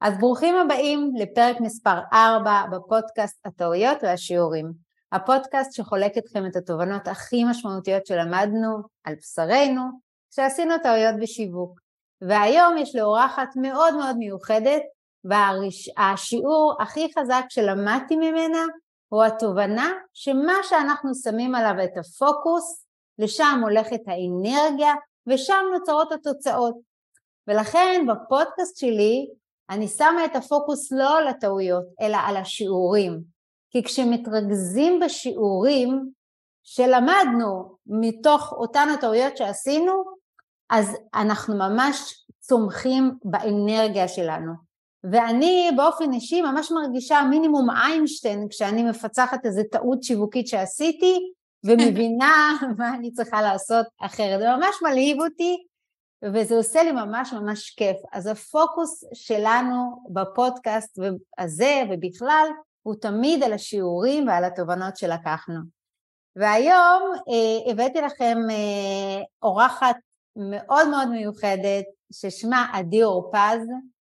אז ברוכים הבאים לפרק מספר 4 בפודקאסט הטעויות והשיעורים. הפודקאסט שחולק אתכם את התובנות הכי משמעותיות שלמדנו על בשרנו, שעשינו טעויות בשיווק. והיום יש לאורחת מאוד מאוד מיוחדת, והשיעור הכי חזק שלמדתי ממנה הוא התובנה שמה שאנחנו שמים עליו את הפוקוס, לשם הולכת האנרגיה ושם נוצרות התוצאות. ולכן בפודקאסט שלי אני שמה את הפוקוס לא על הטעויות, אלא על השיעורים. כי כשמתרכזים בשיעורים שלמדנו מתוך אותן הטעויות שעשינו, אז אנחנו ממש צומחים באנרגיה שלנו. ואני באופן אישי ממש מרגישה מינימום איינשטיין כשאני מפצחת איזו טעות שיווקית שעשיתי, ומבינה מה אני צריכה לעשות אחרת. זה ממש מלהיב אותי, וזה עושה לי ממש ממש כיף. אז הפוקוס שלנו בפודקאסט הזה ובכלל, הוא תמיד על השיעורים ועל התובנות שלקחנו. והיום הבאתי לכם אורחת מאוד מאוד מיוחדת, ששמה עדי אורפז,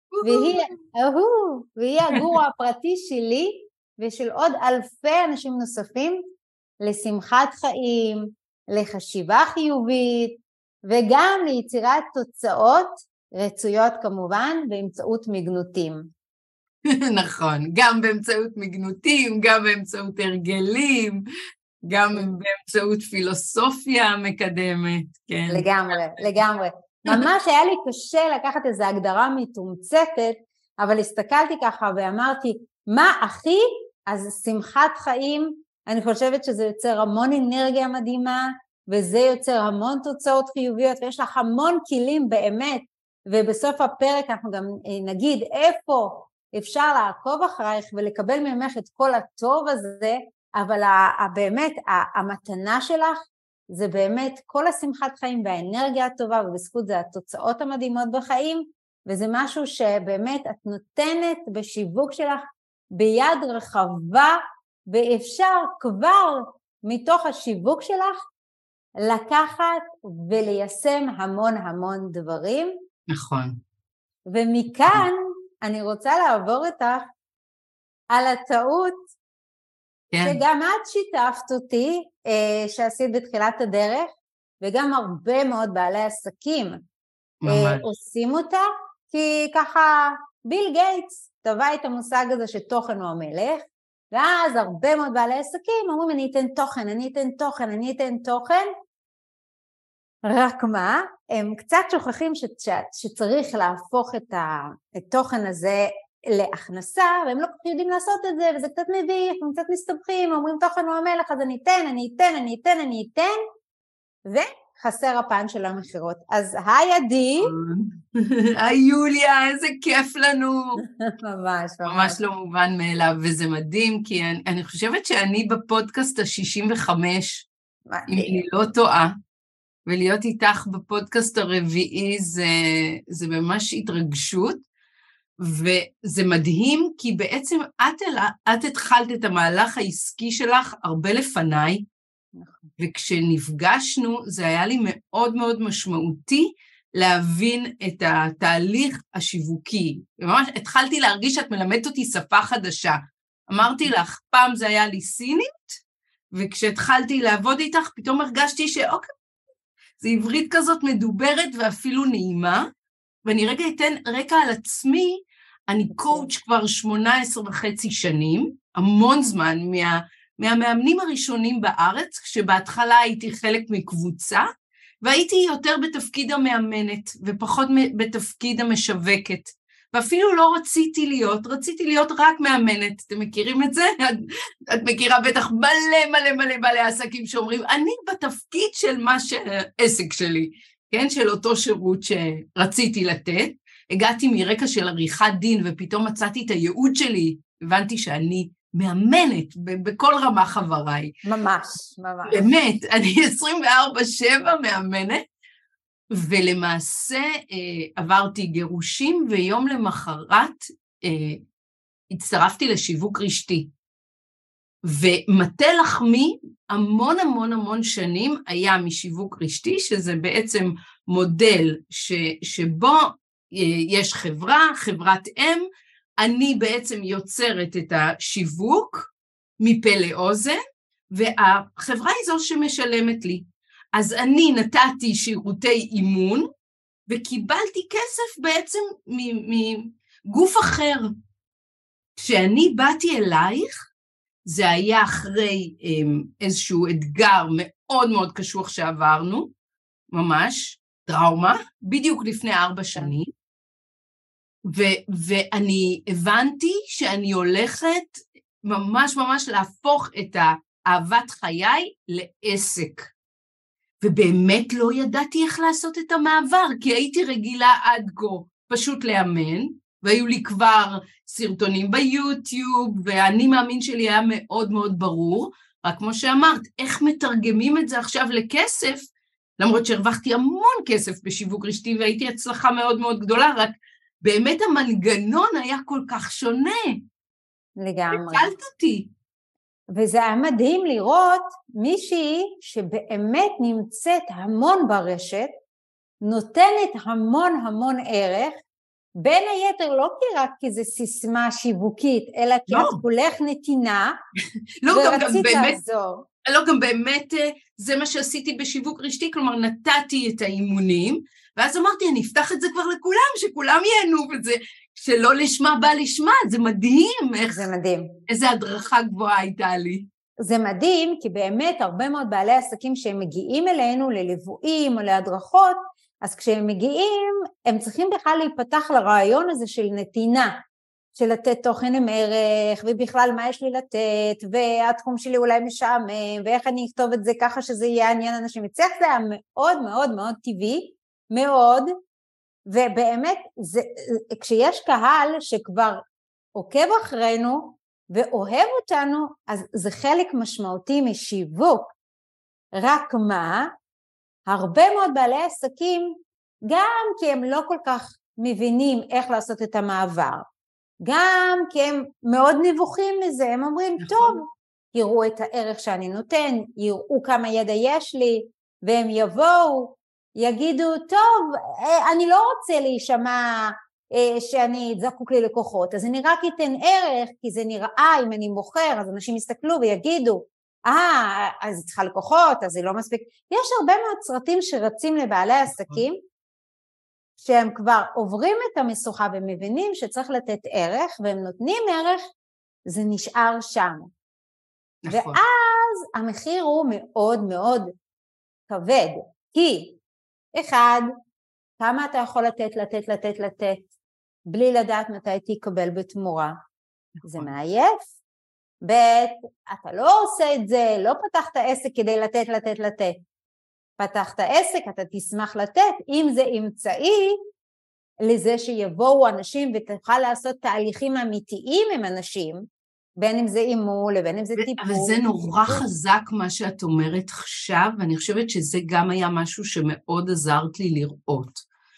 והיא הגורו הפרטי שלי, ושל עוד אלפי אנשים נוספים, לשמחת חיים, לחשיבה חיובית, וגם ליצירת תוצאות רצויות כמובן, באמצעות מגנותים. נכון, גם באמצעות מגנותים, גם באמצעות הרגלים, גם באמצעות פילוסופיה מקדמת. כן. לגמרי. ממש היה לי קשה לקחת איזו הגדרה מתומצתת, אבל הסתכלתי ככה ואמרתי, מה הכי? אז שמחת חיים, אני חושבת שזה יוצר המון אנרגיה מדהימה, וזה יוצר המון תוצאות חיוביות, ויש לך המון כלים באמת, ובסוף הפרק אנחנו גם נגיד איפה אפשר לעקוב אחרייך ולקבל ממך את כל הטוב הזה, אבל באמת המתנה שלך זה באמת כל השמחת חיים והאנרגיה הטובה, ובזכות זה התוצאות המדהימות בחיים, וזה משהו שבאמת את נותנת בשיווק שלך ביד רחבה, ואפשר כבר מתוך השיווק שלך לקחת וליישם המון המון דברים. נכון. ומכאן אני רוצה לעבור איתך על הטעות שגם את שיתפת אותי, שעשית בתחילת הדרך, וגם הרבה מאוד בעלי עסקים עושים אותה, כי ככה ביל גייטס טבע את המושג הזה שתוכן הוא המלך, ואז הרבה מאוד בעלי עסקים אומרים אני אתן תוכן, רק מה, הם קצת שוכחים שצריך להפוך את התוכן הזה להכנסה, והם לא יודעים לעשות את זה, וזה קצת מביך, הם קצת מסתבכים, אומרים תוכן הוא המלך, אז אני אתן, וחסר הפן של המחירות. אז היי עדי. היי יוליה, איזה כיף לנו. ממש לא מובן מאליו, וזה מדהים, כי אני חושבת שאני בפודקאסט ה-65, אם אני לא טועה, ולהיות איתך בפודקאסט הרביעי זה ממש התרגשות, וזה מדהים כי בעצם את התחלת את המהלך העסקי שלך הרבה לפניי, וכשנפגשנו זה היה לי מאוד מאוד משמעותי להבין את התהליך השיווקי, וממש התחלתי להרגיש שאת מלמדת אותי שפה חדשה, אמרתי לך פעם זה היה לי סינית, וכשהתחלתי לעבוד איתך פתאום הרגשתי שאוקיי, זה עברית כזאת מדוברת ואפילו נעימה, ואני רגע אתן רקע על עצמי, אני קואוץ' כבר 18.5 שנים, המון זמן, מהמאמנים הראשונים בארץ, כשבהתחלה הייתי חלק מקבוצה, והייתי יותר בתפקיד המאמנת, ופחות בתפקיד המשווקת, ואפילו לא רציתי להיות רק מאמנת, אתם מכירים את זה? את מכירה בטח מלא בעלי עסקים שאומרים, אני בתפקיד של מה שעסק שלי, כן? של אותו שירות שרציתי לתת, הגעתי מרקע של עריכת דין, ופתאום מצאתי את הייעוד שלי, הבנתי שאני מאמנת בכל רמה חבריי. ממש. באמת, אני 24/7 מאמנת, ולמעשה עברתי גירושים, ויום למחרת הצטרפתי לשיווק רשתי. ומטה לחמי המון שנים היה משיווק רשתי, שזה בעצם מודל שבו יש חברת אם, אני בעצם יוצרת את השיווק מפה לאוזן, והחברה היא זו שמשלמת לי. אז אני נתתי שירותי אימון, וקיבלתי כסף בעצם מגוף אחר. כשאני באתי אלייך, זה היה אחרי איזשהו אתגר מאוד מאוד קשוח שעברנו, ממש, טראומה, בדיוק לפני 4 שנים, ואני הבנתי שאני הולכת ממש ממש להפוך את אהבת חיי לעסק. ובאמת לא ידעתי איך לעשות את המעבר, כי הייתי רגילה עד כה פשוט לאמן, והיו לי כבר סרטונים ביוטיוב, והאני מאמין שלי היה מאוד מאוד ברור, רק כמו שאמרת, איך מתרגמים את זה עכשיו לכסף, למרות שהרווחתי המון כסף בשיווק רשתי, והייתי הצלחה מאוד מאוד גדולה, רק באמת המנגנון היה כל כך שונה. לגמרי. הצלת אותי. וזה היה מדהים לראות מישהי שבאמת נמצאת המון ברשת, נותנת המון המון ערך, בין היתר לא רק כי זה סיסמה שיווקית, אלא כי את כולך נתינה, ורצית לעזור. לא, גם באמת זה מה שעשיתי בשיווק רשתי, כלומר נתתי את האימונים, ואז אמרתי, אני אפתח את זה כבר לכולם, שכולם ייהנו בזה, שלא לשמה בא לשמה, זה מדהים. זה מדהים. איזה הדרכה גבוהה הייתה לי. זה מדהים, כי באמת הרבה מאוד בעלי עסקים שהם מגיעים אלינו לליוויים או להדרכות, אז כשהם מגיעים, הם צריכים בכלל להיפתח לרעיון הזה של נתינה, של לתת תוכן עם ערך, ובכלל מה יש לי לתת, והתחום שלי אולי משעמם, ואיך אני אכתוב את זה ככה שזה יהיה עניין אנשים. אצלך זה היה מאוד מאוד מאוד טבעי, מאוד, ובאמת כשיש קהל שכבר עוקב אחרינו, ואוהב אותנו, אז זה חלק משמעותי משיווק. רק מה? הרבה מאוד בעלי עסקים, גם כי הם לא כל כך מבינים איך לעשות את המעבר, גם כי הם מאוד נבוכים מזה, הם אומרים, טוב, יראו את הערך שאני נותן, יראו כמה ידע יש לי, והם יבואו, יגידו, טוב, אני לא רוצה להישמע שאני זקוק לי לקוחות, אז אני רק אתן ערך, כי זה נראה, אם אני מוכר, אז אנשים יסתכלו ויגידו, אז היא צריכה לקוחות, אז היא לא מספיק. יש הרבה מאוד סרטים שרצים לבעלי עסקים, שהם כבר עוברים את המשוכה ומבינים שצריך לתת ערך, והם נותנים ערך, זה נשאר שם. נכון. ואז המחיר הוא מאוד מאוד כבד, כי אחד, כמה אתה יכול לתת, בלי לדעת מתי תקבל בתמורה. נכון. זה מעייף. אתה לא עושה את זה, לא פתחת עסק כדי לתת. פתחת עסק, אתה תשמח לתת, אם זה אמצעי לזה שיבואו אנשים ותוכל לעשות תהליכים אמיתיים עם אנשים, בין אם זה אימון, לבין אם זה טיפול. אבל זה נורא חזק מה שאת אומרת עכשיו, ואני חושבת שזה גם היה משהו שמאוד עזרת לי לראות,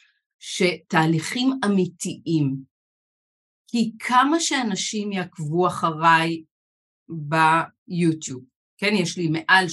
שתהליכים אמיתיים, כי כמה שאנשים יעקבו אחריי ביוטיוב, כן, יש לי מעל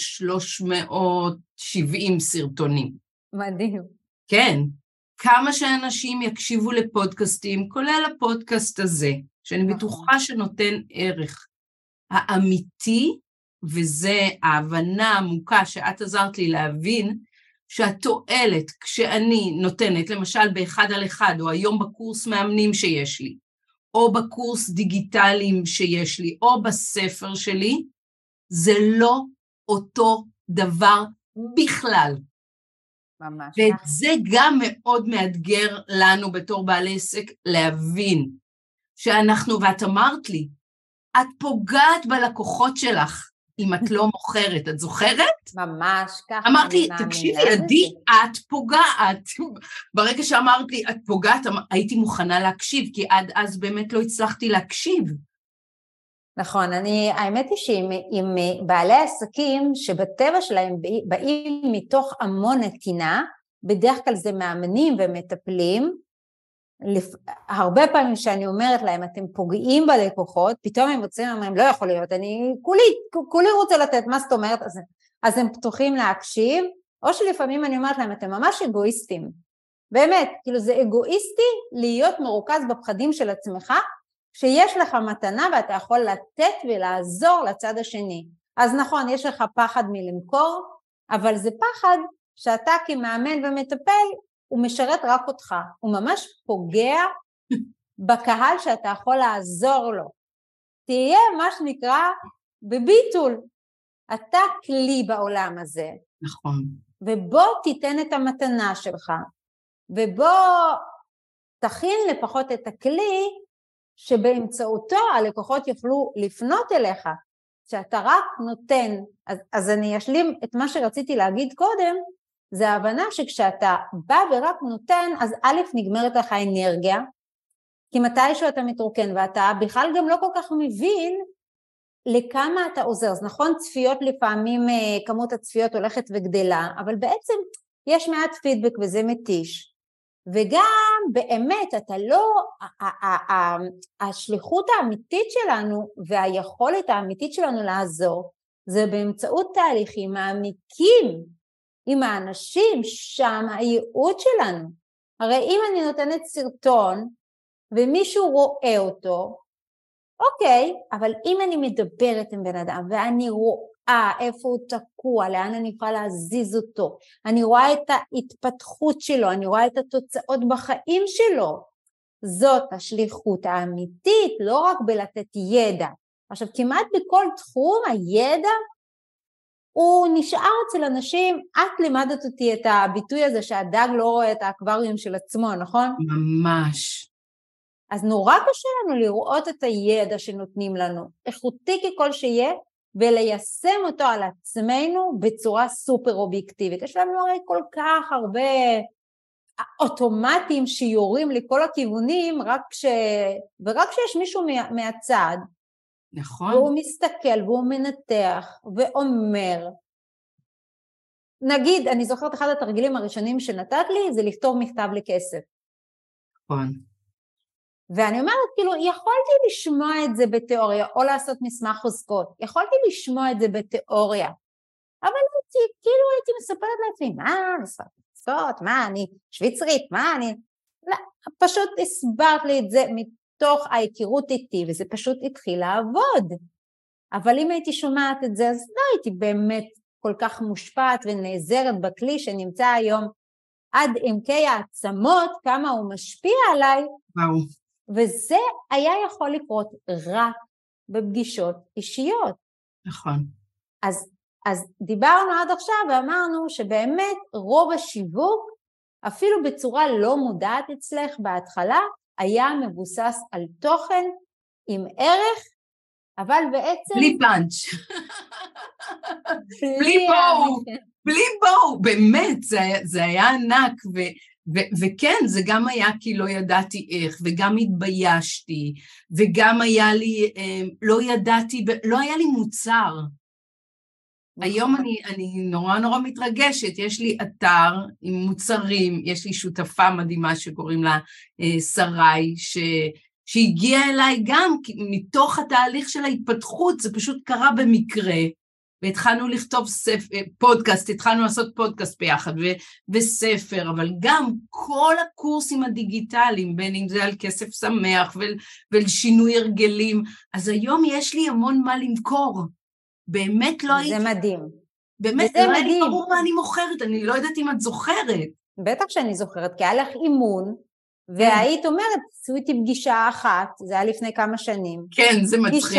370 סרטונים. מדהים. כן, כמה שאנשים יקשיבו לפודקאסטים, כולל הפודקאסט הזה, שאני בטוחה שנותן ערך האמיתי, וזה ההבנה העמוקה שאת עזרת לי להבין, שהתועלת כשאני נותנת, למשל באחד על אחד, או היום בקורס מאמנים שיש לי, או בקורס דיגיטליים שיש לי, או בספר שלי, זה לא אותו דבר בכלל. ממש. וזה גם מאוד מאתגר לנו בתור בעלי עסק להבין, שאנחנו, ואת אמרת לי, את פוגעת בלקוחות שלך, אם את לא מוכרת, את זוכרת? ממש, ככה. אמרת לי, תקשיבי, עדי, את פוגעת. ברגע שאמרת לי, את פוגעת, הייתי מוכנה להקשיב, כי עד אז באמת לא הצלחתי להקשיב. נכון, האמת היא שעם בעלי עסקים שבטבע שלהם באים מתוך המון נתינה, בדרך כלל זה מאמנים ומטפלים, הרבה פעמים שאני אומרת להם, אתם פוגעים בלקוחות, פתאום הם מוצאים, אומרים, לא יכול להיות, אני כולי רוצה לתת, מה זאת אומרת? אז הם פתוחים להקשיב, או שלפעמים אני אומרת להם, אתם ממש אגואיסטים, באמת, כאילו זה אגואיסטי להיות מרוכז בפחדים של עצמך, שיש לך מתנה ואתה יכול לתת ולעזור לצד השני. אז נכון, יש לך פחד מלמכור, אבל זה פחד שאתה כמאמן ומטפל, הוא משרת רק אותך. הוא ממש פוגע בקהל שאתה יכול לעזור לו. תהיה מה שנקרא בביטול. אתה כלי בעולם הזה. נכון. ובוא תיתן את המתנה שלך, ובוא תכין לפחות את הכלי, שבאמצעותו הלקוחות יוכלו לפנות אליך, שאתה רק נותן. אז אני אשלים את מה שרציתי להגיד קודם, זה ההבנה שכשאתה בא ורק נותן, אז א' נגמרת לך האנרגיה, כי מתישהו אתה מתרוקן, ואתה בכלל גם לא כל כך מבין לכמה אתה עוזר. אז נכון, צפיות לפעמים, כמות הצפיות הולכת וגדלה, אבל בעצם יש מעט פידבק וזה מתיש. וגם באמת אתה לא, השליחות האמיתית שלנו והיכולת האמיתית שלנו לעזור, זה באמצעות תהליכים מעמיקים עם האנשים, שם הייעוד שלנו. הרי אם אני נותנת סרטון ומישהו רואה אותו, אוקיי, אבל אם אני מדברת עם בן אדם ואני רואה איפה הוא תקוע, לאן אני יכולה להזיז אותו, אני רואה את ההתפתחות שלו, אני רואה את התוצאות בחיים שלו, זאת השליחות האמיתית, לא רק בלתת ידע. עכשיו, כמעט בכל תחום הידע הוא נשאר אצל אנשים. את לימדת אותי את הביטוי הזה שהדג לא רואה את האקווריום של עצמו, נכון? ממש. אז נורא קשה לנו לראות את הידע שנותנים לנו, איכותי ככל שיהיה, וליישם אותו על עצמנו בצורה סופר אובייקטיבית. יש לנו הרי כל כך הרבה אוטומטים שיורים לכל הכיוונים, ורק כשיש מישהו מהצד, נכון. והוא מסתכל והוא מנתח ואומר, נגיד, אני זוכרת אחד התרגילים הראשונים שנתת לי, זה לכתוב מכתב לכסף. נכון. ואני אומרת, כאילו, יכולתי לשמוע את זה בתיאוריה, או לעשות מסמך חוזקות, יכולתי לשמוע את זה בתיאוריה, אבל כאילו הייתי מספרת לעצמי, מה, מספר חוזקות, מה, אני שוויצרית, מה, אני... לא, פשוט הסברת לי את זה מתוך ההיכרות איתי, וזה פשוט התחיל לעבוד. אבל אם הייתי שומעת את זה, אז לא הייתי באמת כל כך מושפעת ונעזרת בכלי שנמצא היום עד עמקי העצמות, כמה הוא משפיע עליי. וואו. וזה היה יכול לקרות רק בפגישות אישיות. נכון. אז דיברנו עד עכשיו ואמרנו שבאמת רוב השיווק, אפילו בצורה לא מודעת אצלך בהתחלה, היה מבוסס על תוכן עם ערך, אבל בעצם... בלי פאנץ'. בלי בואו, באמת, זה היה ענק, וכן, זה גם היה כי לא ידעתי איך, וגם התביישתי, וגם היה לי, לא היה לי מוצר. היום אני נורא מתרגשת, יש לי אתר עם מוצרים, יש לי שותפה מדהימה שקוראים לה שרי, שהגיעה אליי גם מתוך התהליך של ההתפתחות, זה פשוט קרה במקרה, והתחלנו לכתוב פודקאסט, התחלנו לעשות פודקאסט ביחד, וספר, אבל גם כל הקורסים הדיגיטליים, בין אם זה על כסף שמח, ולשינוי הרגלים, אז היום יש לי המון מה למכור, באמת לא הייתי... זה מדהים. באמת לא היה לי ברור מה אני מוכרת, אני לא יודעת אם את זוכרת. בטח שאני זוכרת, כי היה לך אימון, והיית אומרת, עשו איתי פגישה אחת, זה היה לפני כמה שנים. כן, זה מצחיק.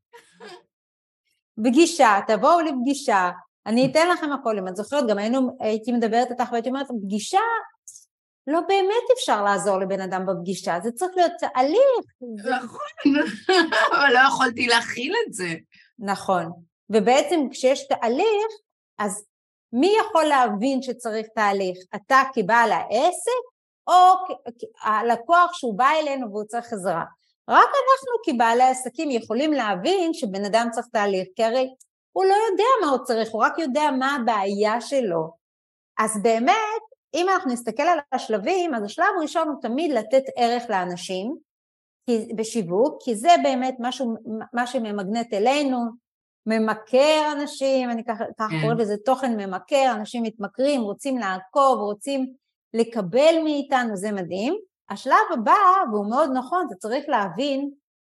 פגישה, תבואו לפגישה, אני אתן לכם הכל, אם את זוכרת, גם הייתי מדברת איתך, והייתי אומרת, פגישה, לא באמת אפשר לעזור לבן אדם בפגישה, זה צריך להיות תהליך. נכון, אבל לא יכולתי להכיל את זה. נכון, ובעצם כשיש תהליך, אז מי יכול להבין שצריך תהליך? אתה כבעל העסק, או הלקוח שהוא בא אלינו והוא צריך עזרה. רק אנחנו כבעלי עסקים יכולים להבין שבן אדם צריך תהליך, כי הרי הוא לא יודע מה הוא צריך, הוא רק יודע מה הבעיה שלו. אז באמת, אם אנחנו נסתכל על השלבים, אז השלב הראשון הוא תמיד לתת ערך לאנשים בשיווק, כי זה באמת מה שממגנט אלינו, ממכר אנשים, אני ככה קוראת לזה תוכן ממכר, אנשים מתמכרים, רוצים לעקוב, רוצים לקבל מאיתנו, זה מדהים. השלב הבא, והוא מאוד נכון, אתה צריך להבין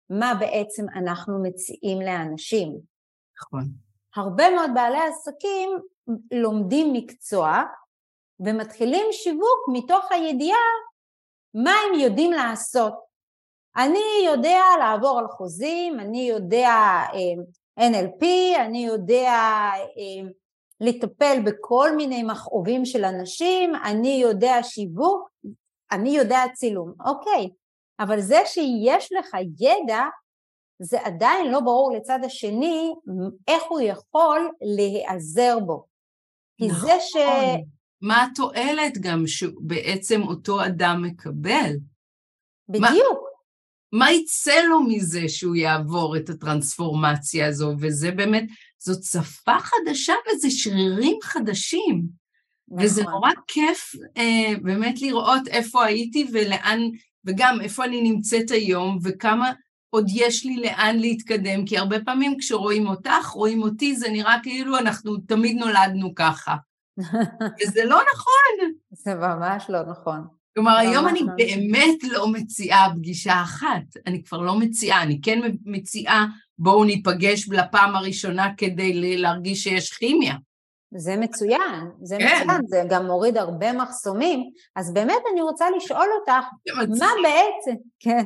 מה בעצם אנחנו מציעים לאנשים. נכון. הרבה מאוד בעלי עסקים לומדים מקצוע, ומתחילים שיווק מתוך הידיעה מה הם יודעים לעשות. אני יודע לעבור על חוזים, אני יודע NLP, אני יודע לטפל בכל מיני מכאובים של אנשים, אני יודע שיווק, אני יודע צילום. אוקיי, אבל זה שיש לך ידע, זה עדיין לא ברור לצד השני איך הוא יכול להיעזר בו. כי נכון. זה מה התועלת גם שבעצם אותו אדם מקבל? בדיוק. מה יצא לו מזה שהוא יעבור את הטרנספורמציה הזו, וזה באמת, זאת שפה חדשה וזה שרירים חדשים. נכון. וזה נורא כיף באמת לראות איפה הייתי ולאן, וגם איפה אני נמצאת היום, וכמה עוד יש לי לאן להתקדם, כי הרבה פעמים כשרואים אותך, רואים אותי, זה נראה כאילו אנחנו תמיד נולדנו ככה. וזה לא נכון. זה ממש לא נכון. כלומר, היום אני באמת לא מציעה פגישה אחת, אני כבר לא מציעה, אני כן מציעה, בואו ניפגש לפעם הראשונה כדי להרגיש שיש כימיה. זה מצוין, זה מצוין, זה גם מוריד הרבה מחסומים, אז באמת אני רוצה לשאול אותך, מה בעצם, כן,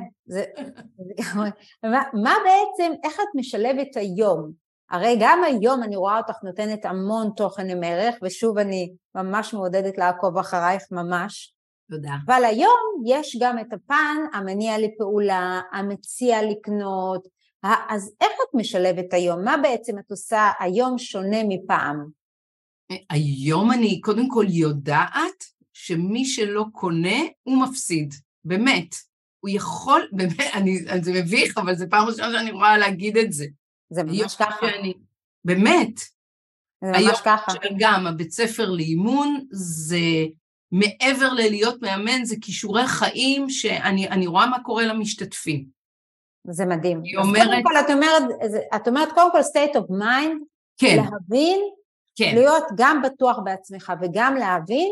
מה בעצם, איך את משלבת היום? הרי גם היום אני רואה אותך נותנת המון תוכן עם ערך, ושוב אני ממש מעודדת לעקוב אחרייך ממש. תודה. אבל היום יש גם את הפן המניע לפעולה, המציע לקנות, אז איך את משלבת היום? מה בעצם את עושה היום שונה מפעם? היום אני קודם כל יודעת שמי שלא קונה הוא מפסיד, באמת. הוא יכול, באמת, זה מביך, אבל זה פעם ראשונה שאני רואה להגיד את זה. זה ממש ככה. באמת. זה ממש ככה. גם הבית ספר לאימון זה מעבר ללהיות מאמן, זה כישורי חיים שאני רואה מה קורה למשתתפים. זה מדהים. אז קודם כל, את אומרת קודם כל state of mind, כן. להבין, כן. להיות גם בטוח בעצמך וגם להבין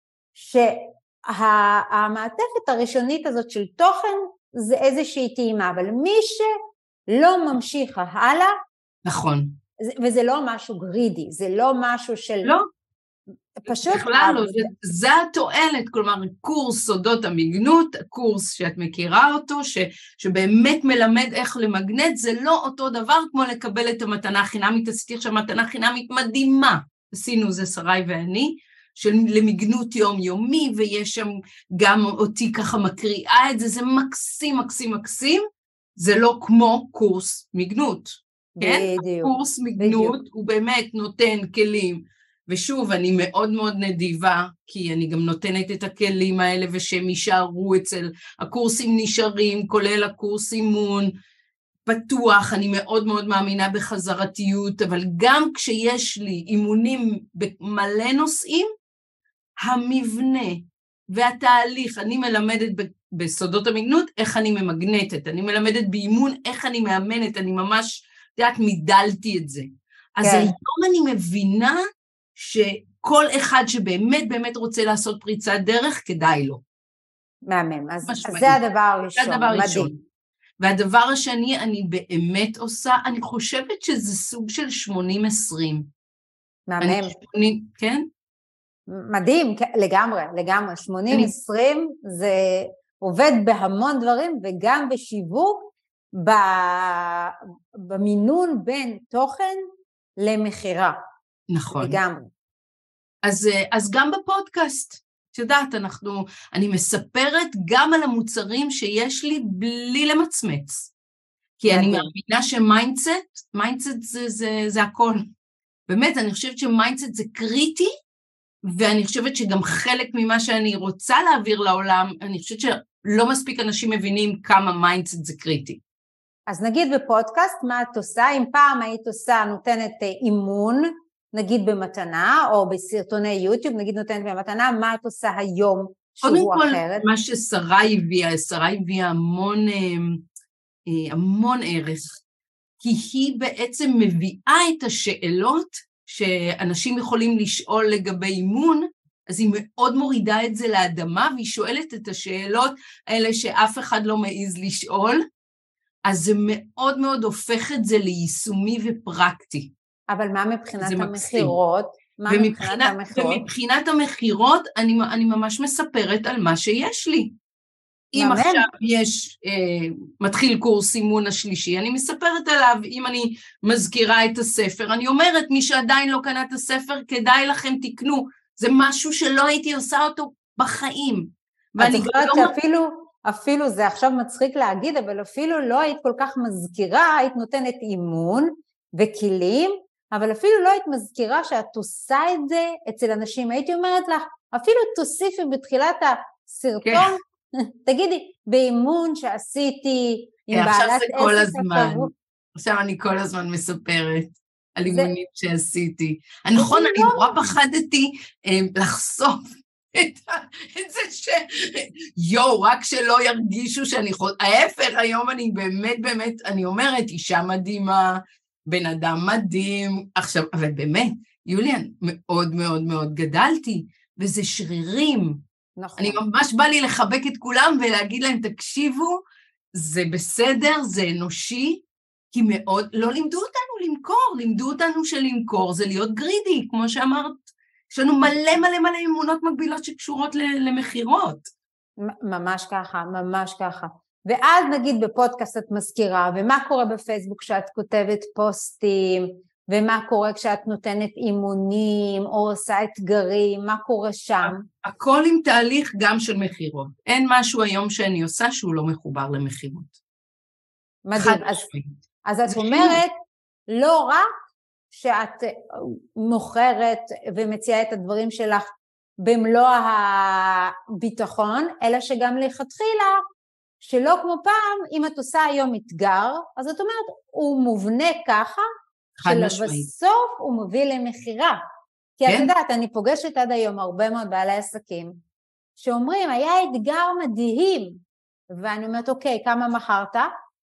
שהמעטפת הראשונית הזאת של תוכן זה איזושהי טעימה, אבל מי שלא ממשיך הלאה, נכון. וזה לא משהו גרידי, זה לא משהו של... לא. פשוט... בכלל לא, זה התועלת, כלומר קורס סודות המגנות, הקורס שאת מכירה אותו, שבאמת מלמד איך למגנט, זה לא אותו דבר כמו לקבל את המתנה החינמית, עשיתי עכשיו מתנה חינמית מדהימה, עשינו זה שרי ואני, למגנות יומיומי, ויש שם גם אותי ככה מקריאה את זה, זה מקסים, מקסים, מקסים, זה לא כמו קורס מגנות, כן? בדיוק. קורס מגנות הוא באמת נותן כלים, ושוב, אני מאוד מאוד נדיבה, כי אני גם נותנת את הכלים האלה, ושהם יישארו אצל הקורסים נשארים, כולל הקורס אימון, פתוח, אני מאוד מאוד מאמינה בחזרתיות, אבל גם כשיש לי אימונים במלא נושאים, המבנה והתהליך, אני מלמדת בסודות המגנות, איך אני ממגנטת, אני מלמדת באימון, איך אני מאמנת, אני ממש, יודעת, מידלתי את זה. אז כן. היום אני מבינה, שכל אחד שבאמת באמת רוצה לעשות פריצת דרך, כדאי לו. מהמם, אז זה הדבר הראשון, זה הדבר הראשון. מדהים. והדבר השני, אני באמת עושה, אני חושבת שזה סוג של 80-20. מהמם. כן? מדהים, לגמרי, לגמרי. 80-20 זה עובד בהמון דברים, וגם בשיווק, במינון בין תוכן למחירה. נכון. לגמרי. אז גם בפודקאסט, את יודעת, אני מספרת גם על המוצרים שיש לי בלי למצמץ. כי אני מאמינה שמיינדסט זה הכל. באמת, אני חושבת שמיינדסט זה קריטי, ואני חושבת שגם חלק ממה שאני רוצה להעביר לעולם, אני חושבת שלא מספיק אנשים מבינים כמה מיינדסט זה קריטי. אז נגיד בפודקאסט, מה את עושה? אם פעם היית עושה, נותנת אימון, נגיד במתנה, או בסרטוני יוטיוב, נגיד נותנת במתנה, מה את עושה היום שהוא אחרת? קודם כל, מה ששרי הביאה המון ערך, כי היא בעצם מביאה את השאלות שאנשים יכולים לשאול לגבי אימון, אז היא מאוד מורידה את זה לאדמה, והיא שואלת את השאלות האלה שאף אחד לא מעז לשאול, אז זה מאוד מאוד הופך את זה ליישומי ופרקטי. אבל מה מבחינת המחירות? ומבחינת המחירות, אני ממש מספרת על מה שיש לי. אם עכשיו יש, מתחיל קורס אימון השלישי, אני מספרת עליו, אם אני מזכירה את הספר, אני אומרת, מי שעדיין לא קנה את הספר, כדאי לכם תקנו, זה משהו שלא הייתי עושה אותו בחיים. את זוכרת שאפילו זה עכשיו מצחיק להגיד, אבל אפילו לא היית כל כך מזכירה, היית נותנת אימון וכלים, אבל אפילו לא היית מזכירה שאת עושה את זה אצל אנשים, הייתי אומרת לך, אפילו תוסיפי בתחילת הסרטון, תגידי, באימון שעשיתי עם בעלת עסק הכבוד. עכשיו אני כל הזמן מספרת על אימונים שעשיתי. נכון, אני נורא פחדתי לחשוף את זה רק שלא ירגישו שאני ההפך, היום אני באמת, אני אומרת, אישה מדהימה, בן אדם מדהים, עכשיו, אבל באמת, יוליאן, מאוד מאוד מאוד גדלתי, וזה שרירים. נכון. אני ממש בא לי לחבק את כולם ולהגיד להם, תקשיבו, זה בסדר, זה אנושי, כי מאוד, לא לימדו אותנו למכור, לימדו אותנו שלמכור זה להיות גרידי, כמו שאמרת, יש לנו מלא מלא מלא אמונות מקבילות שקשורות למחירות. ממש ככה, ממש ככה. ואז נגיד בפודקאסט את מזכירה, ומה קורה בפייסבוק כשאת כותבת פוסטים, ומה קורה כשאת נותנת אימונים, או עושה אתגרים, מה קורה שם? הכל עם תהליך גם של מחירות. אין משהו היום שאני עושה שהוא לא מחובר למחירות. מדהים. אז את אומרת, לא רק שאת מוכרת ומציעה את הדברים שלך במלוא הביטחון, אלא שגם לכתחילה, שלא כמו פעם, אם את עושה היום אתגר, אז את אומרת, הוא מובנה ככה, שלבסוף הוא מוביל למחירה. כי את יודעת, אני פוגשת עד היום הרבה מאוד בעלי עסקים, שאומרים, היה אתגר מדהים, ואני אומרת, אוקיי, כמה מכרת?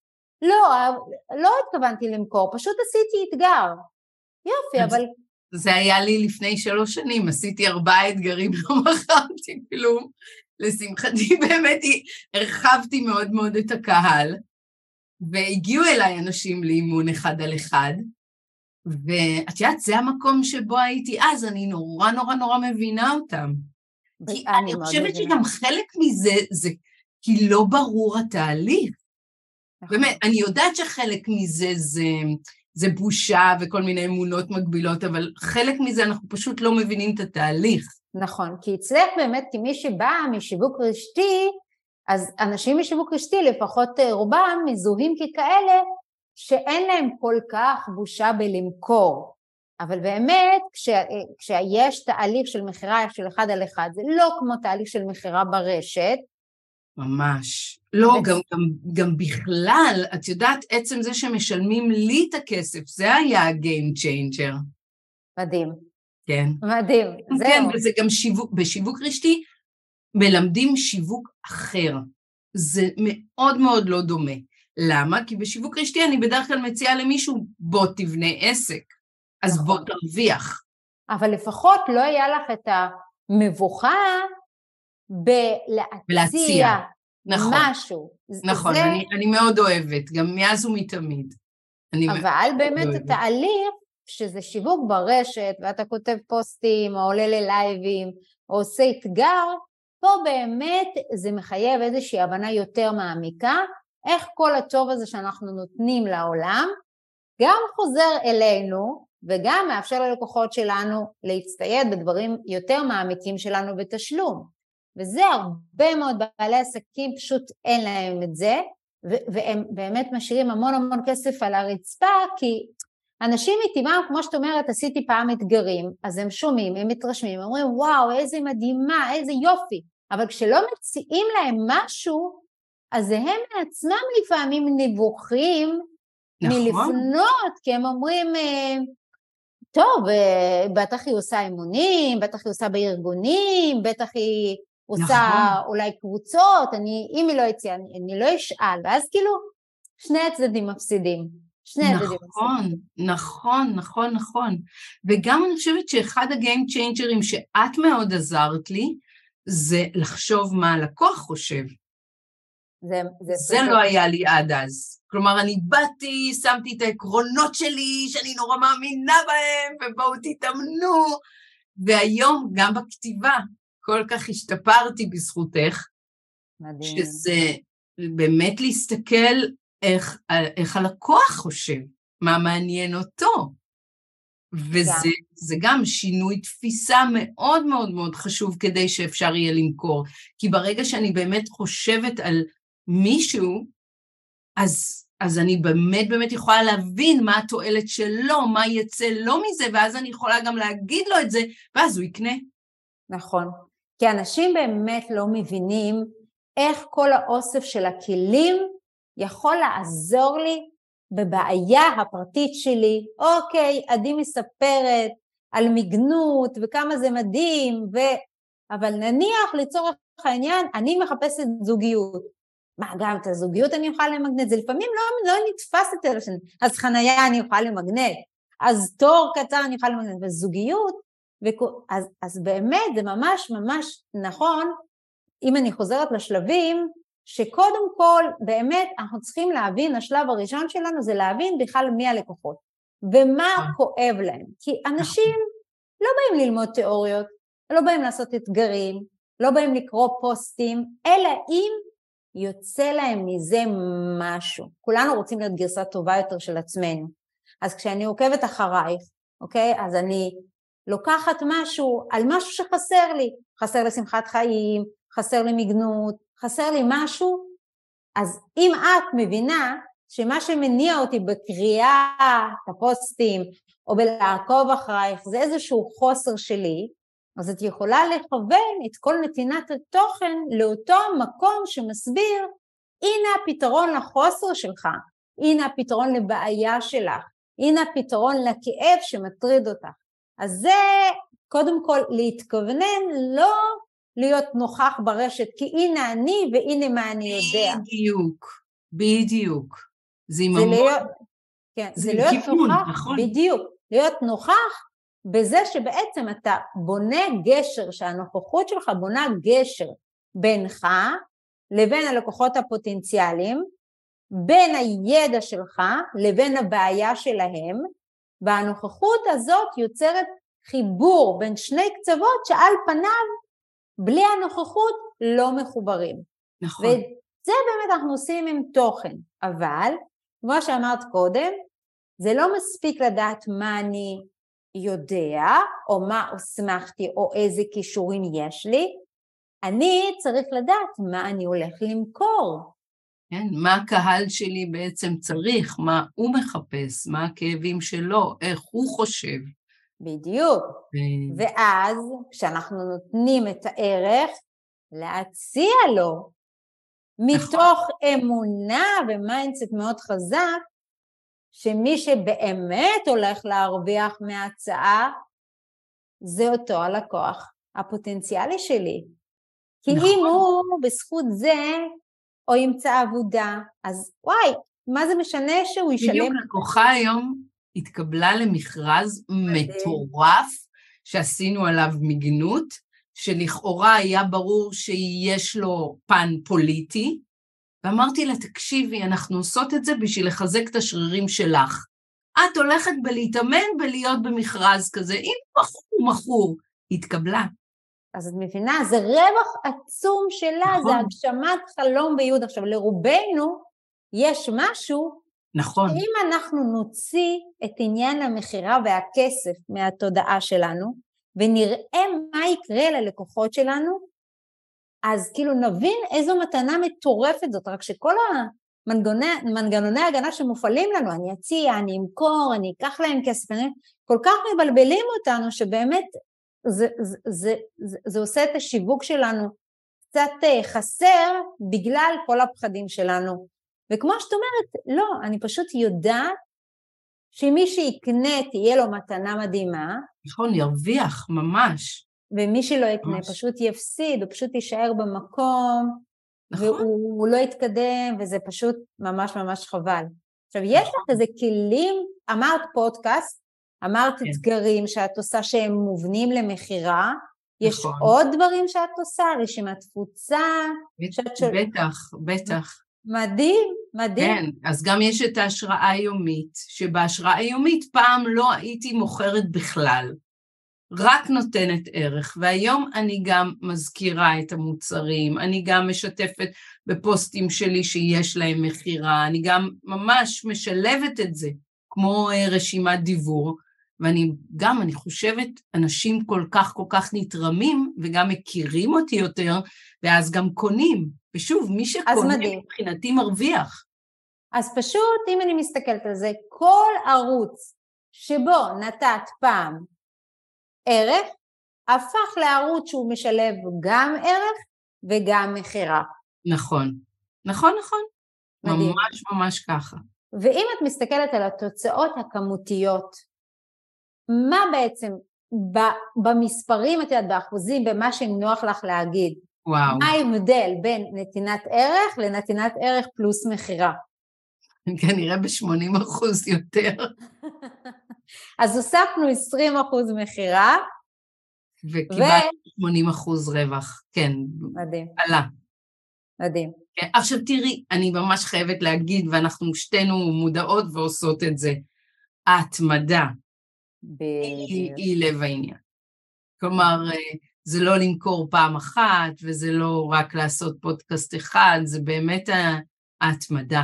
לא התכוונתי למכור, פשוט עשיתי אתגר. יופי, אבל... זה היה לי לפני 3 שנים, עשיתי 4 אתגרים, לא מכרתי כלום. לשמחתי באמת הרחבתי מאוד מאוד את הקהל, והגיעו אליי אנשים לאימון 1 על 1, ואת יודעת, זה המקום שבו הייתי אז, אני נורא נורא נורא מבינה אותם. כי אני חושבת שגם חלק מזה, זה כי לא ברור התהליך. באמת, אני יודעת שחלק מזה זה בושה וכל מיני אמונות מגבילות, אבל חלק מזה אנחנו פשוט לא מבינים את התהליך. נכון, כי אצלך באמת, כמי שבאה משיווק רשתי, אז אנשים משיווק רשתי, לפחות רובם מזוהים ככאלה, שאין להם כל כך בושה בלמכור. אבל באמת, כשיש תהליך של מחירה של 1 על 1, זה לא כמו תהליך של מחירה ברשת. ממש. לא, גם בכלל, את יודעת, עצם זה שמשלמים לי את הכסף, זה היה ה-game changer. מדהים. כן. מדהים, זהו. כן, וזה גם שיווק, בשיווק רשתי, מלמדים שיווק אחר. זה מאוד מאוד לא דומה. למה? כי בשיווק רשתי אני בדרך כלל מציעה למישהו, בוא תבנה עסק, אז נכון. בוא תרוויח. אבל לפחות לא היה לך את המבוכה בלהציע נכון. משהו. נכון, זה... אני מאוד אוהבת, גם מאז ומתמיד. אבל באמת התהליך, שזה שיווק ברשת, ואתה כותב פוסטים, או עולה ללייבים, או עושה אתגר, פה באמת זה מחייב איזושהי הבנה יותר מעמיקה, איך כל הטוב הזה שאנחנו נותנים לעולם, גם חוזר אלינו, וגם מאפשר ללקוחות שלנו להצטייד בדברים יותר מעמיקים שלנו בתשלום. וזה הרבה מאוד בעלי עסקים, פשוט אין להם את זה, והם באמת משאירים המון המון כסף על הרצפה, כי אנשים מטבעם, כמו שאת אומרת, עשיתי פעם אתגרים, אז הם שומעים, הם מתרשמים, אומרים, וואו, איזה מדהימה, איזה יופי, אבל כשלא מציעים להם משהו, אז הם מעצמם לפעמים נבוכים, נכון. מלפנות, כי הם אומרים, טוב, בטח היא עושה אימונים, בטח היא עושה בארגונים, בטח היא עושה נכון. אולי קבוצות, אם היא לא יציאה, אני לא אשאל, ואז כאילו שני הצדדים מפסידים. נכון. וגם אני חושבת שאחד הגיים צ'יינג'רים שאת מאוד עזרת לי, זה לחשוב מה הלקוח חושב. זה לא היה לי עד אז. כלומר, אני באתי, שמתי את העקרונות שלי, שאני נורא מאמינה בהם, ובואו תתאמנו, והיום גם בכתיבה, כל כך השתפרתי בזכותך, מדהים. שזה באמת להסתכל איך הלקוח חושב, מה מעניין אותו. וזה גם שינוי תפיסה מאוד מאוד מאוד חשוב כדי שאפשר יהיה למכור. כי ברגע שאני באמת חושבת על מישהו, אז אני באמת יכולה להבין מה התועלת שלו, מה יצא לו מזה, ואז אני יכולה גם להגיד לו את זה, ואז הוא יקנה. נכון. כי אנשים באמת לא מבינים איך כל האוסף של הכלים יכול לעזור לי בבעיה הפרטית שלי. אוקיי, עדי מספרת על מגנות וכמה זה מדהים, אבל נניח לצורך העניין, אני מחפשת זוגיות. מה, גם את הזוגיות אני אוכל למגנט? זה לפעמים לא נתפס את זה, אז חנייה אני אוכל למגנט, אז תור קצר אני אוכל למגנט, וזוגיות, אז באמת זה ממש ממש נכון, אם אני חוזרת לשלבים, שקודם כל באמת אנחנו צריכים להבין, השלב הראשון שלנו זה להבין בכלל מי הלקוחות, ומה כואב להם, כי אנשים לא באים ללמוד תיאוריות, לא באים לעשות אתגרים, לא באים לקרוא פוסטים, אלא אם יוצא להם מזה משהו. כולנו רוצים להיות גרסה טובה יותר של עצמנו. אז כשאני עוקבת אחרייך, אוקיי? אז אני לוקחת משהו על משהו שחסר לי. חסר לי שמחת חיים, חסר לי מגנות, חסר לי משהו. אז אם את מבינה שמה שמניע אותי בקריאה הפוסטים, או בלעקוב אחרייך, זה איזשהו חוסר שלי, אז את יכולה לכוון את כל נתינת התוכן לאותו מקום שמסביר, הנה הפתרון לחוסר שלך, הנה הפתרון לבעיה שלך, הנה הפתרון לכאב שמטריד אותך. אז זה קודם כל להתכוונן, לא להיות נוכח ברשת, כי הנה אני והנה מה אני יודע. בדיוק. זה להיות נוכח, נכון. בדיוק, להיות נוכח, בזה שבעצם אתה בונה גשר, שהנוכחות שלך בונה גשר בינך לבין הלקוחות הפוטנציאליים, בין הידע שלך לבין הבעיה שלהם, והנוכחות הזאת יוצרת חיבור בין שני קצוות שעל פניו בלי הנוכחות לא מחוברים. נכון. וזה באמת אנחנו עושים עם תוכן, אבל כמו שאמרת קודם, זה לא מספיק לדעת מה אני יודע, או מה הוסמכתי, או איזה כישורים יש לי, אני צריך לדעת מה אני הולך למכור. כן, מה הקהל שלי בעצם צריך, מה הוא מחפש, מה הכאבים שלו, איך הוא חושב. בדיוק. ואז כשאנחנו נותנים את הערך, להציע לו, מתוך אמונה ומיינדסט מאוד חזק, שמי שבאמת הולך להרוויח מההצעה, זה אותו הלקוח הפוטנציאלי שלי. כי נכון. אם הוא בזכות זה, או ימצא עבודה, אז וואי, מה זה משנה שהוא ישלם? בדיוק, לקוחה היום התקבלה למכרז מטורף, שעשינו עליו מגנות, שלכאורה היה ברור שיש לו פן פוליטי, ואמרתי לה, תקשיבי, אנחנו עושות את זה בשביל לחזק את השרירים שלך. את הולכת בלהתאמן בלהיות במכרז כזה, אם הוא מכור, התקבלה. אז את מבינה, זה רווח עצום שלה, נכון. זה הגשמת חלום ויהוד. עכשיו, לרובנו יש משהו, נכון. שאם אנחנו נוציא את עניין המחירה והכסף מהתודעה שלנו, ונראה מה יקרה ללקוחות שלנו, אז כאילו נבין איזו מתנה מטורפת זאת, רק שכל המנגנוני ההגנה שמופעלים לנו, אני אציע, אני אמכור, אני אקח להם כסף, כל כך מבלבלים אותנו שבאמת זה עושה את השיווק שלנו קצת חסר בגלל כל הפחדים שלנו. וכמו שאת אומרת, לא, אני פשוט יודעת שמי שיקנה תהיה לו מתנה מדהימה. נכון, ירוויח ממש. ומי שלא יקנה פשוט יפסיד, הוא פשוט יישאר במקום, נכון. והוא לא יתקדם, וזה פשוט ממש ממש חבל. עכשיו, יש לך איזה כלים, אמרת פודקאסט, אמרת אתגרים שאת עושה שהם מובנים למחירה, יש נכון. עוד דברים שאת עושה, רשימת תפוצה? בטח. מדהים, מדהים. כן, אז גם יש את ההשראה היומית, שבהשראה היומית פעם לא הייתי מוכרת בכלל, רק נותנת ערך, והיום אני גם מזכירה את המוצרים, אני גם משתפת בפוסטים שלי שיש להם מחירה, אני גם ממש משלבת את זה, כמו רשימת דיבור, אני חושבת, אנשים כל כך נתרמים, וגם מכירים אותי יותר, ואז גם קונים, ושוב, מי שקונה מבחינתי מרוויח. אז פשוט, אם אני מסתכלת על זה, כל ערוץ שבו נתת פעם ערך, הפך לערוץ שהוא משלב גם ערך וגם מחירה. נכון. מדהים. ממש ככה. ואם את מסתכלת על התוצאות הכמותיות, מה בעצם במספרים, את יודעת, באחוזים, במה שנוח לך להגיד, וואו. מה ההבדל בין נתינת ערך לנתינת ערך פלוס מחירה? כנראה ב-80% יותר. אז הוספנו 20% מחירה. וקיבלנו 80% רווח, כן. מדהים. עלה. מדהים. כן, עכשיו תראי, אני ממש חייבת להגיד, ואנחנו שתינו מודעות ועושות את זה, ההתמדה היא לב העניין. כלומר, זה לא למכור פעם אחת, וזה לא רק לעשות פודקאסט אחד, זה באמת ההתמדה.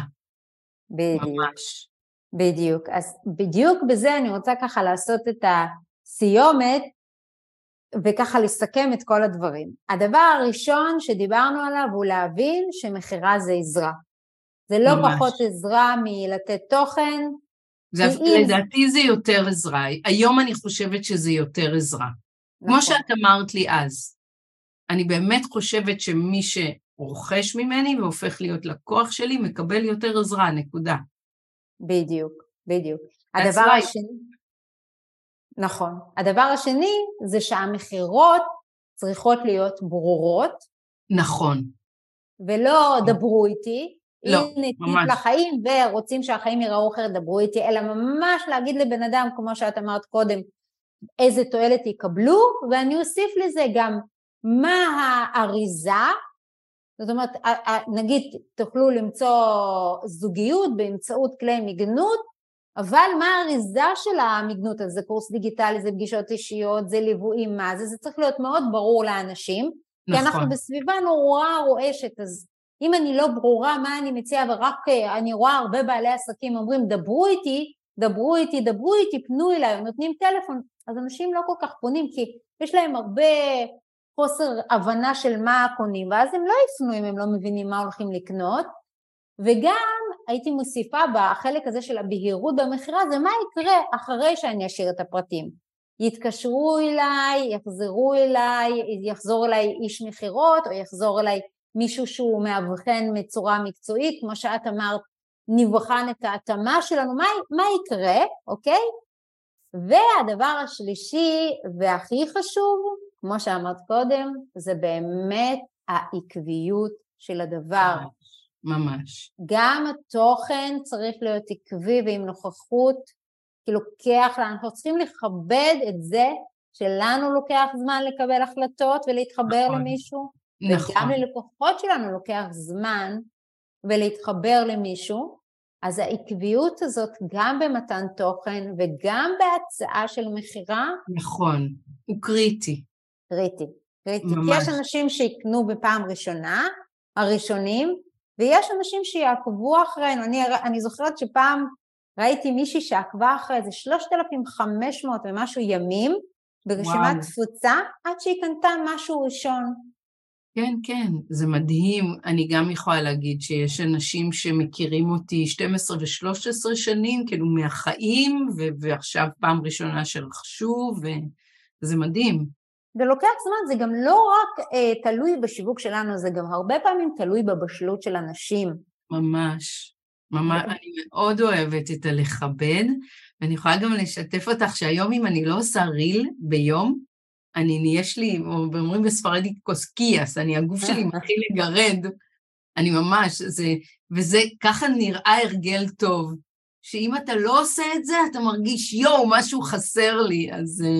ממש. בדיוק. אז בדיוק בזה אני רוצה ככה לעשות את הסיומת, וככה לסכם את כל הדברים. הדבר הראשון שדיברנו עליו הוא להבין שמחירה זה עזרה. זה לא ממש. פחות עזרה מלתת תוכן. לדעתי זה יותר עזרה. היום אני חושבת שזה יותר עזרה. נכון. כמו שאת אמרת לי אז. אני באמת חושבת שמי שרוכש ממני והופך להיות לקוח שלי, מקבל יותר עזרה, נקודה. בדיוק. הדבר השני, נכון. הדבר השני זה שהמחירות צריכות להיות ברורות. נכון. ולא דברו איתי. לא, הנה טיפ לחיים ורוצים שהחיים יראו אחרת, דברו איתי, אלא ממש להגיד לבן אדם, כמו שאת אמרת קודם, איזה תועלת יקבלו, ואני אוסיף לזה גם מה האריזה, זאת אומרת, נגיד תוכלו למצוא זוגיות באמצעות כלי מגנות, אבל מה האריזה של המגנות? אז זה קורס דיגיטלי, זה פגישות אישיות, זה ליוויים, מה זה? זה צריך להיות מאוד ברור לאנשים, נכון. כי אנחנו בסביבה נורא רועשת, אז אם אני לא ברורה מה אני מציעה, ורק אני רואה הרבה בעלי עסקים אומרים, דברו איתי, פנו אליי, נותנים טלפון, אז אנשים לא כל כך פונים, כי יש להם הרבה חוסר הבנה של מה קונים, ואז הם לא יפנו אם הם לא מבינים מה הולכים לקנות, וגם הייתי מוסיפה בחלק הזה של הבהירות במחירה, זה מה יקרה אחרי שאני אשאיר את הפרטים. יתקשרו אליי, יחזרו אליי, יחזור אליי איש מחירות, או יחזור אליי מישהו שהוא מאבחן מצורה מקצועית, כמו שאת אמרת, נבחן את ההתאמה שלנו, מה יקרה, אוקיי? והדבר השלישי והכי חשוב, כמו שאמרת קודם, זה באמת העקביות של הדבר. ממש. גם התוכן צריך להיות עקבי ועם נוכחות, כי לוקח לנו, אנחנו צריכים לכבד את זה, שלנו לוקח זמן לקבל החלטות ולהתחבר נכון. למישהו, נכון. וגם ללקוחות שלנו לוקח זמן ולהתחבר למישהו, אז העקביות הזאת גם במתן תוכן וגם בהצעה של מחירה. נכון, הוא קריטי. קריטי. כי יש אנשים שיקנו בפעם ראשונה, הראשונים, ויש אנשים שיעקבו אחרינו. אני זוכרת שפעם ראיתי מישהי שעקבה אחרי איזה 3,500 ומשהו ימים, ברשימת תפוצה, עד שהיא קנתה משהו ראשון. כן, זה מדהים. אני גם יכולה להגיד שיש אנשים שמכירים אותי 12 ו-13 שנים, כאילו מהחיים, ועכשיו פעם ראשונה שרכשו, וזה מדהים. זה לוקח זמן, זה גם לא רק תלוי בשיווק שלנו, זה גם הרבה פעמים תלוי בבשלות של אנשים. ממש. אני מאוד אוהבת את הלכבד, ואני יכולה גם לשתף אותך שהיום אם אני לא עושה ריל ביום, יש לי, אומרים בספרדית קוסקיאס, הגוף שלי מתחיל לגרד, אני ממש, וזה ככה נראה הרגל טוב, שאם אתה לא עושה את זה, אתה מרגיש, משהו חסר לי, אז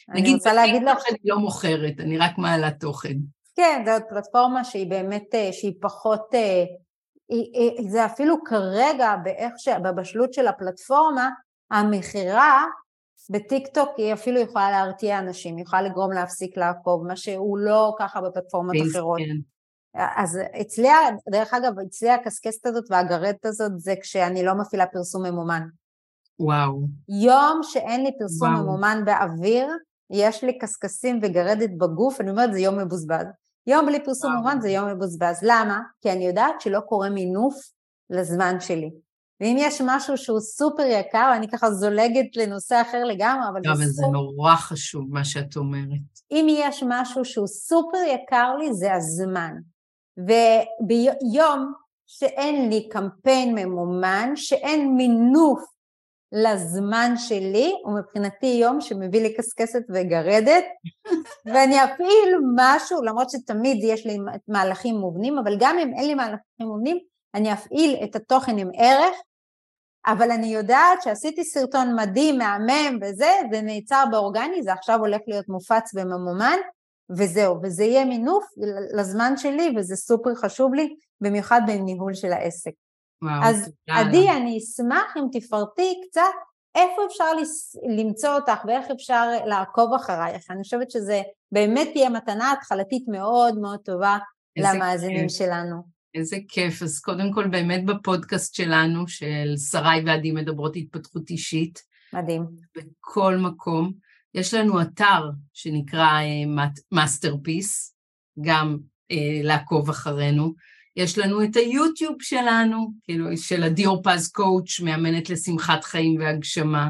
אני רוצה להגיד לך... אני לא מוכרת, אני רק מעלה תוכן. כן, זאת פלטפורמה שהיא באמת, שהיא פחות, זה אפילו כרגע בבשלות של הפלטפורמה, המחירה בטיק טוק היא אפילו יכולה להרתיע אנשים, יכולה לגרום להפסיק לעקוב, מה שהוא לא ככה בפלטפורמות אחרות. אז אצלי, דרך אגב, אצלי הקסקסת הזאת והגרדת הזאת, זה כשאני לא מפעילה פרסום ממומן. וואו. יום שאין לי פרסום ממומן באוויר, יש לי קסקסים וגרדת בגוף, אני אומרת, זה יום מבוזבז. יום בלי פרסום ממומן זה יום מבוזבז. למה? כי אני יודעת שלא קורה מינוף לזמן שלי. ואם יש משהו שהוא סופר יקר, אני ככה זולגת לנושא אחר לגמרי, אבל זה נורא חשוב מה שאת אומרת. אם יש משהו שהוא סופר יקר לי, זה הזמן. וביום שאין לי קמפיין ממומן, שאין מינוף לזמן שלי, ומבחינתי יום שמביא לי קסקסת וגרדת, ואני אפעיל משהו, למרות שתמיד יש לי מהלכים מובנים, אבל גם אם אין לי מהלכים מובנים, אני אפעיל את התוכן עם ערך, אבל אני יודעת שעשיתי סרטון מדהים, מהמם וזה, זה נעצר באורגני, זה עכשיו הולך להיות מופץ בממומן, וזהו, וזה יהיה מינוף לזמן שלי, וזה סופר חשוב לי, במיוחד בניהול של העסק. אז עדי, אני אשמח אם תפרטי קצת איפה אפשר למצוא אותך ואיך אפשר לעקוב אחרייך. אני חושבת שזה באמת תהיה מתנה התחלתית מאוד מאוד טובה למאזינים שלנו. איזה כיף. אז קודם כל באמת בפודקאסט שלנו, של שרי ועדי מדברות התפתחות אישית. מדהים. בכל מקום. יש לנו אתר שנקרא מאסטרפיס, גם לעקוב אחרינו. יש לנו את היוטיוב שלנו, כאילו, של עדי אורפז קואוץ', מאמנת לשמחת חיים והגשמה.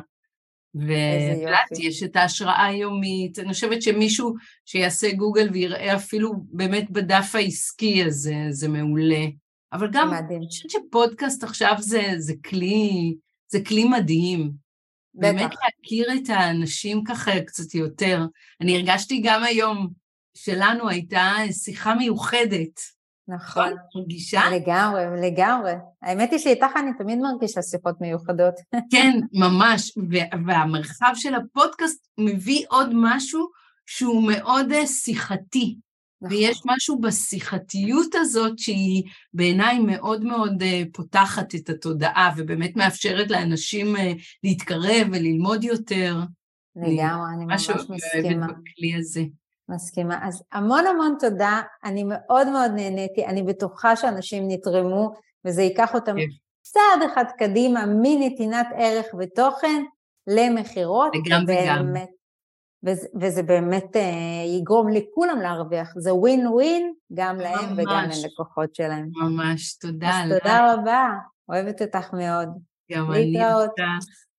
יש את ההשראה היומית. אני חושבת שמישהו שיעשה גוגל ויראה אפילו באמת בדף העסקי הזה, זה מעולה. אבל גם, אני חושבת שפודקאסט עכשיו זה כלי מדהים. באמת להכיר את האנשים ככה קצת יותר. אני הרגשתי גם היום שלנו הייתה שיחה מיוחדת. נכון. מרגישה? לגמרי. האמת היא שאיתך אני תמיד מרגישה שיחות מיוחדות. כן, ממש. והמרחב של הפודקאסט מביא עוד משהו שהוא מאוד שיחתי. נכון. ויש משהו בשיחתיות הזאת שהיא בעיניי מאוד מאוד פותחת את התודעה, ובאמת מאפשרת לאנשים להתקרב וללמוד יותר. לגמרי, אני ממש מסכימה. בכלי הזה. מסכימה. אז המון המון תודה, אני מאוד מאוד נהניתי, אני בטוחה שאנשים נתרמו, וזה ייקח אותם צעד אחד קדימה, מנתינת ערך ותוכן למחירות. וגם. וזה באמת יגרום לכולם להרוויח, זה ווין ווין, גם להם וגם ללקוחות שלהם. ממש, תודה. אז תודה רבה, אוהבת אותך מאוד. גם אני אותך.